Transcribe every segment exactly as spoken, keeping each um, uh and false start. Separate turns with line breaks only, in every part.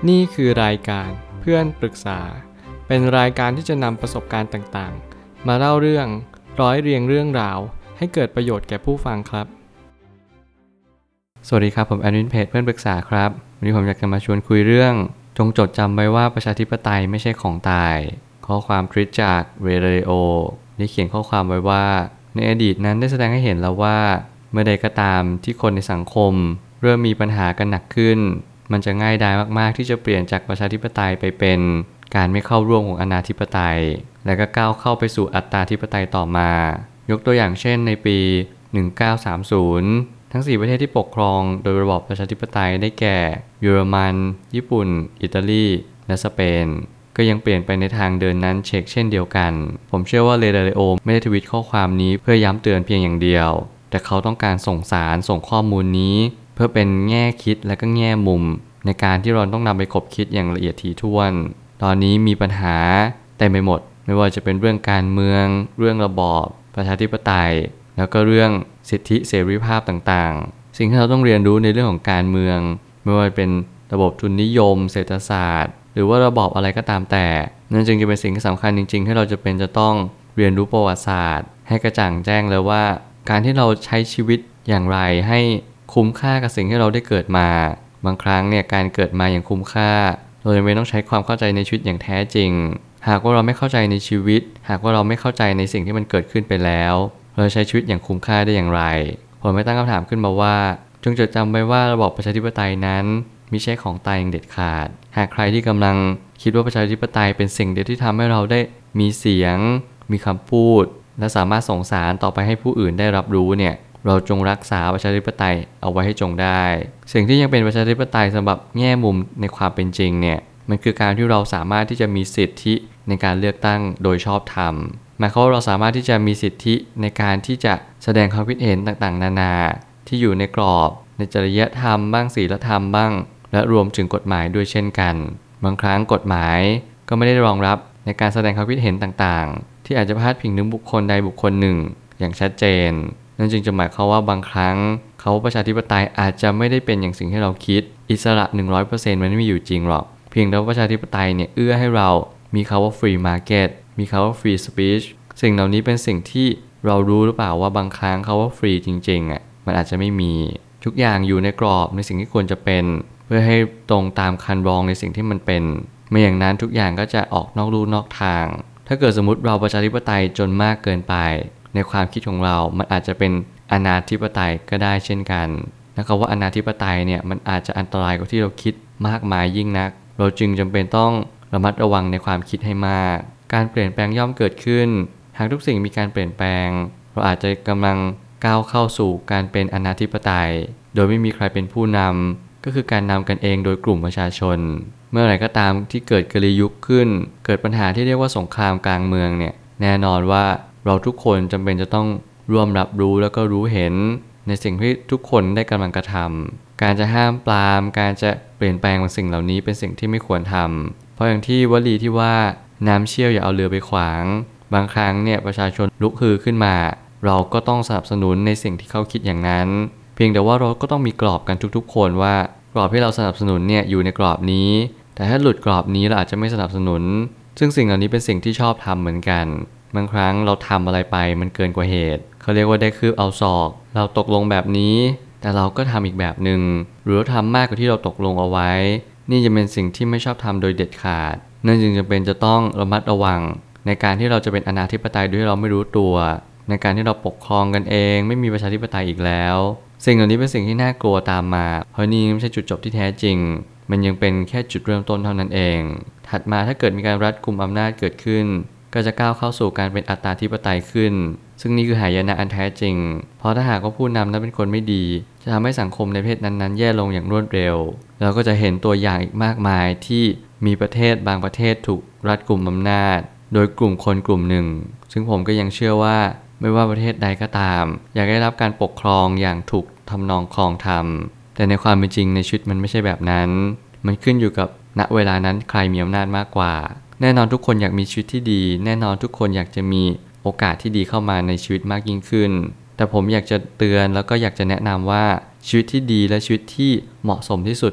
นี่คือรายการเพื่อนปรึกษาเป็นรายการที่จะนำประสบการณ์ต่างๆมาเล่าเรื่องร้อยเรียงเรื่องราวให้เกิดประโยชน์แก่ผู้ฟังครับสวัสดีครับผมแอดมินเพจเพื่อนปรึกษาครับวันนี้ผมอยากจะมาชวนคุยเรื่องจงจดจำไว้ว่าประชาธิปไตยไม่ใช่ของตายข้อความทวิตจากเรเดโอได้เขียนข้อความไว้ว่าในอดีตนั้นได้แสดงให้เห็นแล้วว่าเมื่อใดก็ตามที่คนในสังคมเริ่มมีปัญหากันหนักขึ้นมันจะง่ายดายมากๆที่จะเปลี่ยนจากประชาธิปไตยไปเป็นการไม่เข้าร่วมของอนาธิปไตยและก็ก้าวเข้าไปสู่อัตตาธิปไตยต่อมายกตัวอย่างเช่นในปีหนึ่งพันเก้าร้อยสามสิบทั้งสี่ประเทศที่ปกครองโดยระบอบประชาธิปไตยได้แก่เยอรมันญี่ปุ่นอิตาลีและสเปนก็ยังเปลี่ยนไปในทางเดินนั้นเช็คเช่นเดียวกันผมเชื่อว่าเรเดโอไม่ได้ทวีตข้อความนี้เพื่อย้ำเตือนเพียงอย่างเดียวแต่เขาต้องการส่งสารส่งข้อมูลนี้เพื่อเป็นแง่คิดและก็แง่มุมในการที่เราต้องนำไปคบคิดอย่างละเอียดถี่ถ้วนตอนนี้มีปัญหาเต็มไปหมดไม่ว่าจะเป็นเรื่องการเมืองเรื่องระบอบประชาธิปไตยแล้วก็เรื่องสิทธิเสรีภาพต่างๆสิ่งที่เราต้องเรียนรู้ในเรื่องของการเมืองไม่ว่าเป็นระบบทุนนิยมเศรษฐศาสตร์หรือว่าระบอบอะไรก็ตามแต่นั่นจึงจะเป็นสิ่งที่สำคัญจริงๆที่เราจะเป็นจะต้องเรียนรู้ประวัติศาสตร์ให้กระจ่างแจ้งเลยว่าการที่เราใช้ชีวิตอย่างไรให้คุ้มค่ากับสิ่งที่เราได้เกิดมาบางครั้งเนี่ยการเกิดมาอย่างคุ้มค่าเราจำเป็นต้องใช้ความเข้าใจในชีวิตอย่างแท้จริงหากว่าเราไม่เข้าใจในชีวิตหากว่าเราไม่เข้าใจในสิ่งที่มันเกิดขึ้นไปแล้วเราใช้ชีวิตอย่างคุ้มค่าได้อย่างไรผมไม่ตั้งคำถามขึ้นมาว่าจงจดจำไว้ว่าระบอบประชาธิปไตยนั้นมิใช่ของตายอย่างเด็ดขาดหากใครที่กำลังคิดว่าประชาธิปไตยเป็นสิ่งเดียวที่ทำให้เราได้มีเสียงมีคำพูดและสามารถส่งสารต่อไปให้ผู้อื่นได้รับรู้เนี่ยเราจงรักษาประชาธิปไตยเอาไว้ให้จงได้สิ่งที่ยังเป็นประชาธิปไตยสำหรับแง่มุมในความเป็นจริงเนี่ยมันคือการที่เราสามารถที่จะมีสิทธิในการเลือกตั้งโดยชอบธรรมหมายความว่าเราสามารถที่จะมีสิทธิในการที่จะแสดงความคิดเห็นต่างๆนานาที่อยู่ในกรอบในจริยธรรมบ้างศีลธรรมบ้างและรวมถึงกฎหมายด้วยเช่นกันบางครั้งกฎหมายก็ไม่ได้รองรับในการแสดงความคิดเห็นต่างๆที่อาจจะพาดพิงถึงบุคคลใดบุคคลหนึ่งอย่างชัดเจนนั่นจึงจะหมายความว่าบางครั้งเขาประชาธิปไตยอาจจะไม่ได้เป็นอย่างสิ่งที่เราคิดอิสระ หนึ่งร้อยเปอร์เซ็นต์ มันไม่มีอยู่จริงหรอกเพียงแต่ว่าประชาธิปไตยเนี่ยเอื้อให้เรามีคำว่า free market มีคำว่า free speech สิ่งเหล่านี้เป็นสิ่งที่เรารู้หรือเปล่าว่าบางครั้งคำว่า free จริงๆอ่ะมันอาจจะไม่มีทุกอย่างอยู่ในกรอบในสิ่งที่ควรจะเป็นเพื่อให้ตรงตามคันลองในสิ่งที่มันเป็นไม่อย่างนั้นทุกอย่างก็จะออกนอกลู่นอกทางถ้าเกิดสมมติเราประชาธิปไตยจนมากเกินไปในความคิดของเรามันอาจจะเป็นอนาธิปไตยก็ได้เช่นกันนะครับว่าอนาธิปไตยเนี่ยมันอาจจะอันตรายกว่าที่เราคิดมากมายยิ่งนักเราจึงจำเป็นต้องระมัดระวังในความคิดให้มากการเปลี่ยนแปลงย่อมเกิดขึ้นหากทุกสิ่งมีการเปลี่ยนแปลงเราอาจจะกำลังก้าวเข้าสู่การเป็นอนาธิปไตยโดยไม่มีใครเป็นผู้นำก็คือการนำกันเองโดยกลุ่มประชาชนเมื่อไหร่ก็ตามที่เกิดกลยุทธ์ขึ้นเกิดปัญหาที่เรียกว่าสงครามกลางเมืองเนี่ยแน่นอนว่าเราทุกคนจำเป็นจะต้องร่วมรับรู้แล้วก็รู้เห็นในสิ่งที่ทุกคนได้กำลังกระทำการจะห้ามปรามการจะเปลี่ยนแปลงบางสิ่งเหล่านี้เป็นสิ่งที่ไม่ควรทำเพราะอย่างที่วลีที่ว่าน้ำเชี่ยวอย่าเอาเรือไปขวางบางครั้งเนี่ยประชาชนลุกฮือขึ้นมาเราก็ต้องสนับสนุนในสิ่งที่เขาคิดอย่างนั้นเพียงแต่ว่าเราก็ต้องมีกรอบกันทุกๆคนว่ากรอบที่เราสนับสนุนเนี่ยอยู่ในกรอบนี้แต่ถ้าหลุดกรอบนี้เราอาจจะไม่สนับสนุนซึ่งสิ่งเหล่านี้เป็นสิ่งที่ชอบทำเหมือนกันบางครั้งเราทำอะไรไปมันเกินกว่าเหตุเขาเรียกว่าได้คืบเอาศอกเราตกลงแบบนี้แต่เราก็ทำอีกแบบหนึ่งหรือทำมากกว่าที่เราตกลงเอาไว้นี่จะเป็นสิ่งที่ไม่ชอบทำโดยเด็ดขาดนั่นจึงจำเป็นจะต้องระมัดระวังในการที่เราจะเป็นอนาธิปไตยโดยที่เราไม่รู้ตัวในการที่เราปกครองกันเองไม่มีประชาธิปไตยอีกแล้วสิ่งเหล่านี้เป็นสิ่งที่น่ากลัวตามมาเพราะนี่ไม่ใช่จุดจบที่แท้จริงมันยังเป็นแค่จุดเริ่มต้นเท่านั้นเองถัดมาถ้าเกิดมีการรัดกุมอำนาจเกิดขึ้นก็จะก้าวเข้าสู่การเป็นอัตตาธิปไตยขึ้นซึ่งนี่คือหายนะอันแท้จริงเพราะถ้าหากว่าผู้นำนั้นเป็นคนไม่ดีจะทำให้สังคมในประเทศนั้นๆแย่ลงอย่างรวดเร็วเราก็จะเห็นตัวอย่างอีกมากมายที่มีประเทศบางประเทศถูกรัดกุมอำนาจโดยกลุ่มคนกลุ่มหนึ่งซึ่งผมก็ยังเชื่อว่าไม่ว่าประเทศใดก็ตามอยากได้รับการปกครองอย่างถูกทำนองครองธรรมแต่ในความเป็นจริงในชีวิตมันไม่ใช่แบบนั้นมันขึ้นอยู่กับณเวลานั้นใครมีอำนาจมากกว่าแน่นอนทุกคนอยากมีชีวิตที่ดีแน่นอนทุกคนอยากจะมีโอกาสที่ดีเข้ามาในชีวิตมากยิ่งขึ้นแต่ผมอยากจะเตือนแล้วก็อยากจะแนะนำว่าชีวิตที่ดีและชีวิตที่เหมาะสมที่สุดเนี่ย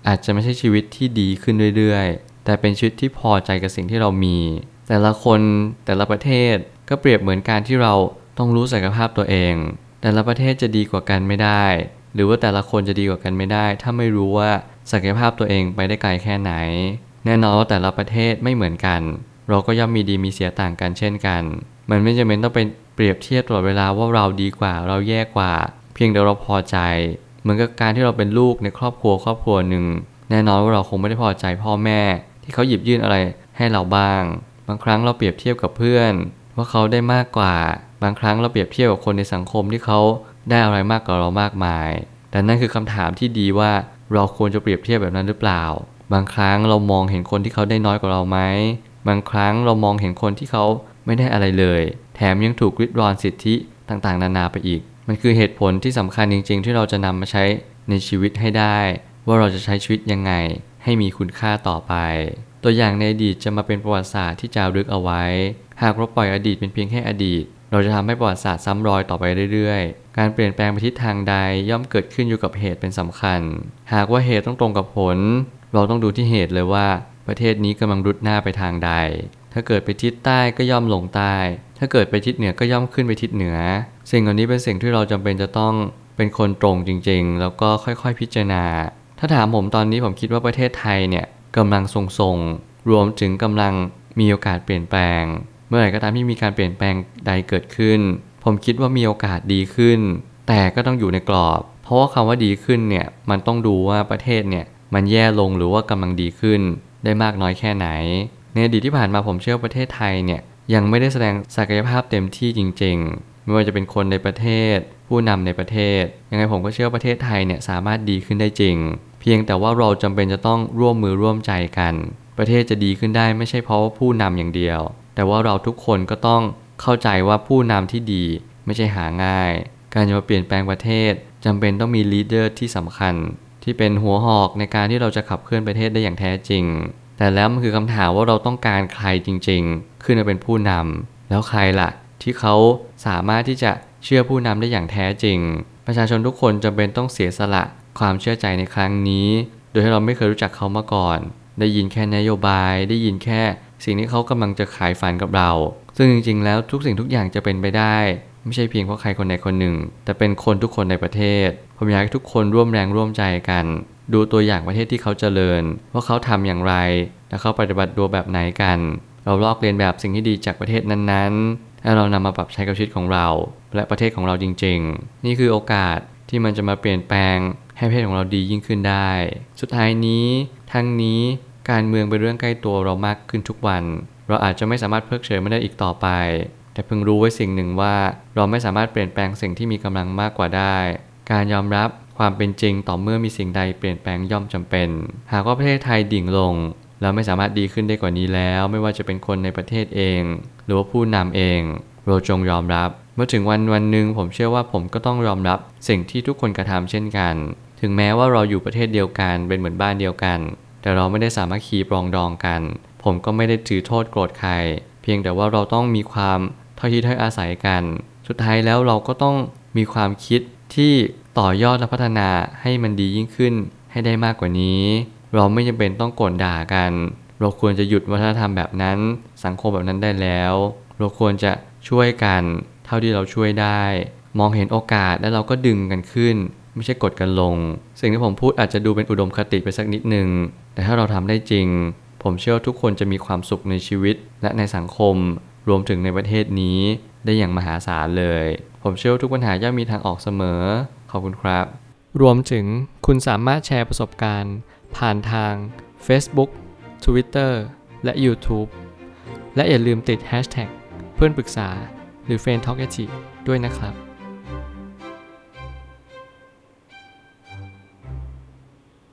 อาจจะไม่ใช่ชีวิตที่ดีขึ้นเรื่อยๆแต่เป็นชีวิตที่พอใจกับสิ่งที่เรามีแต่ละคนแต่ละประเทศก็เปรียบเหมือนการที่เราต้องรู้ศักยภาพตัวเองแต่ละประเทศจะดีกว่ากันไม่ได้หรือว่าแต่ละคนจะดีกว่ากันไม่ได้ถ้าไม่รู้ว่าศักยภาพตัวเองไปได้ไกลแค่ไหนแน่นอนว่าแต่ละประเทศไม่เหมือนกันเราก็ย่อมมีดีมีเสียต่างกันเช่นกันมันไม่จำเป็นต้องเป็นเปรียบเทียบตลอดเวลาว่าเราดีกว่าเราแย่กว่าเพียงแต่เราพอใจเหมือนกับการที่เราเป็นลูกในครอบครัวครอบครัวหนึ่งแน่นอนว่าเราคงไม่ได้พอใจพ่อแม่ที่เขาหยิบยื่นอะไรให้เราบ้างบางครั้งเราเปรียบเทียบกับเพื่อนว่าเขาได้มากกว่าบางครั้งเราเปรียบเทียบกับคนในสังคมที่เขาได้อะไรมากกว่าเรามากมายแต่นั่นคือคำถามที่ดีว่าเราควรจะเปรียบเทียบแบบนั้นหรือเปล่าบางครั้งเรามองเห็นคนที่เขาได้น้อยกว่าเราไหมบางครั้งเรามองเห็นคนที่เขาไม่ได้อะไรเลยแถมยังถูกริดรอนสิทธิต่างๆนานาไปอีกมันคือเหตุผลที่สำคัญจริงๆที่เราจะนำมาใช้ในชีวิตให้ได้ว่าเราจะใช้ชีวิตยังไงให้มีคุณค่าต่อไปตัวอย่างในอดีตจะมาเป็นประวัติศาสตร์ที่จารึกเอาไว้หากเราปล่อยอดีตเป็นเพียงแค่อดีตเราจะทำให้ประวัติศาสตร์ซ้ำรอยต่อไปเรื่อยๆการเปลี่ยนแปลงไปทิศทางใดย่อมเกิดขึ้นอยู่กับเหตุเป็นสำคัญหากว่าเหตุต้องตรงกับผลเราต้องดูที่เหตุเลยว่าประเทศนี้กำลังรุดหน้าไปทางใดถ้าเกิดไปทิศใต้ก็ย่อมลงใต้ถ้าเกิดไปทิศเหนือก็ย่อมขึ้นไปทิศเหนือสิ่งเหล่านี้เป็นสิ่งที่เราจำเป็นจะต้องเป็นคนตรงจริงๆแล้วก็ค่อยๆพิจารณาถ้าถามผมตอนนี้ผมคิดว่าประเทศไทยเนี่ยกำลังทรงๆรวมถึงกำลังมีโอกาสเปลี่ยนแปลงเมื่อไหร่ก็ตามที่มีการเปลี่ยนแปลงใดเกิดขึ้นผมคิดว่ามีโอกาสดีขึ้นแต่ก็ต้องอยู่ในกรอบเพราะว่าคำว่าดีขึ้นเนี่ยมันต้องดูว่าประเทศเนี่ยมันแย่ลงหรือว่ากำลังดีขึ้นได้มากน้อยแค่ไหนในอดีตที่ผ่านมาผมเชื่อประเทศไทยเนี่ยยังไม่ได้แสดงศักยภาพเต็มที่จริงๆไม่ว่าจะเป็นคนในประเทศผู้นำในประเทศยังไงผมก็เชื่อประเทศไทยเนี่ยสามารถดีขึ้นได้จริงเพียงแต่ว่าเราจำเป็นจะต้องร่วมมือร่วมใจกันประเทศจะดีขึ้นได้ไม่ใช่เพราะว่าผู้นำอย่างเดียวแต่ว่าเราทุกคนก็ต้องเข้าใจว่าผู้นำที่ดีไม่ใช่หาง่ายการจะมาเปลี่ยนแปลงประเทศจำเป็นต้องมีลีดเดอร์ที่สำคัญที่เป็นหัวหอกในการที่เราจะขับเคลื่อนประเทศได้อย่างแท้จริงแต่แล้วมันคือคำถามว่าเราต้องการใครจริงๆขึ้นมาเป็นผู้นำแล้วใครล่ะที่เขาสามารถที่จะเชื่อผู้นำได้อย่างแท้จริงประชาชนทุกคนจำเป็นต้องเสียสละความเชื่อใจในครั้งนี้โดยที่เราไม่เคยรู้จักเขามาก่อนได้ยินแค่นโยบายได้ยินแค่สิ่งที่เขากำลังจะขายฝันกับเราซึ่งจริงๆแล้วทุกสิ่งทุกอย่างจะเป็นไปได้ไม่ใช่เพียงเพราะใครคนใดคนหนึ่งแต่เป็นคนทุกคนในประเทศผมอยากให้ทุกคนร่วมแรงร่วมใจกันดูตัวอย่างประเทศที่เขาเจริญว่าเขาทำอย่างไรและเขาปฏิบัติตัวแบบไหนกันเราลอกเลียนแบบสิ่งที่ดีจากประเทศนั้นๆและเรานำมาปรับใช้กับชีวิตของเราและประเทศของเราจริงๆนี่คือโอกาสที่มันจะมาเปลี่ยนแปลงให้ประเทศของเราดียิ่งขึ้นได้สุดท้ายนี้ทั้งนี้การเมืองเป็นเรื่องใกล้ตัวเรามากขึ้นทุกวันเราอาจจะไม่สามารถเพิกเฉยมันได้อีกต่อไปแต่พึงรู้ไว้สิ่งหนึ่งว่าเราไม่สามารถเปลี่ยนแปลงสิ่งที่มีกำลังมากกว่าได้การยอมรับความเป็นจริงต่อเมื่อมีสิ่งใดเปลี่ยนแปลงย่อมจำเป็นหากว่าประเทศไทยดิ่งลงเราไม่สามารถดีขึ้นได้กว่านี้แล้วไม่ว่าจะเป็นคนในประเทศเองหรือว่าผู้นำเองเราจงยอมรับเมื่อถึงวันวันหนึ่งผมเชื่อว่าผมก็ต้องยอมรับสิ่งที่ทุกคนกระทำเช่นกันถึงแม้ว่าเราอยู่ประเทศเดียวกันเป็นเหมือนบ้านเดียวกันแต่เราไม่ได้สามารถคีปรองดองกันผมก็ไม่ได้ถือโทษโกรธใครเพียงแต่ว่าเราต้องมีความเท่าที่เท่าอาศัยกันสุดท้ายแล้วเราก็ต้องมีความคิดที่ต่อยอดและพัฒนาให้มันดียิ่งขึ้นให้ได้มากกว่านี้เราไม่จำเป็นต้องโกรธด่ากันเราควรจะหยุดวัฒนธรรมแบบนั้นสังคมแบบนั้นได้แล้วเราควรจะช่วยกันเท่าที่เราช่วยได้มองเห็นโอกาสแล้วเราก็ดึงกันขึ้นไม่ใช่กดกันลงสิ่งที่ผมพูดอาจจะดูเป็นอุดมคติไปสักนิดนึงแต่ถ้าเราทำได้จริงผมเชื่อว่าทุกคนจะมีความสุขในชีวิตและในสังคมรวมถึงในประเทศนี้ได้อย่างมหาศาลเลยผมเชื่อว่าทุกปัญหาย่อมมีทางออกเสมอขอบคุณครับรวมถึงคุณสามารถแชร์ประสบการณ์ผ่านทาง Facebook Twitter และ YouTube และอย่าลืมติด แฮชแท็ก เพื่อนปรึกษาหรือ เฟรนด์ ทอล์ก ด้วยนะครับ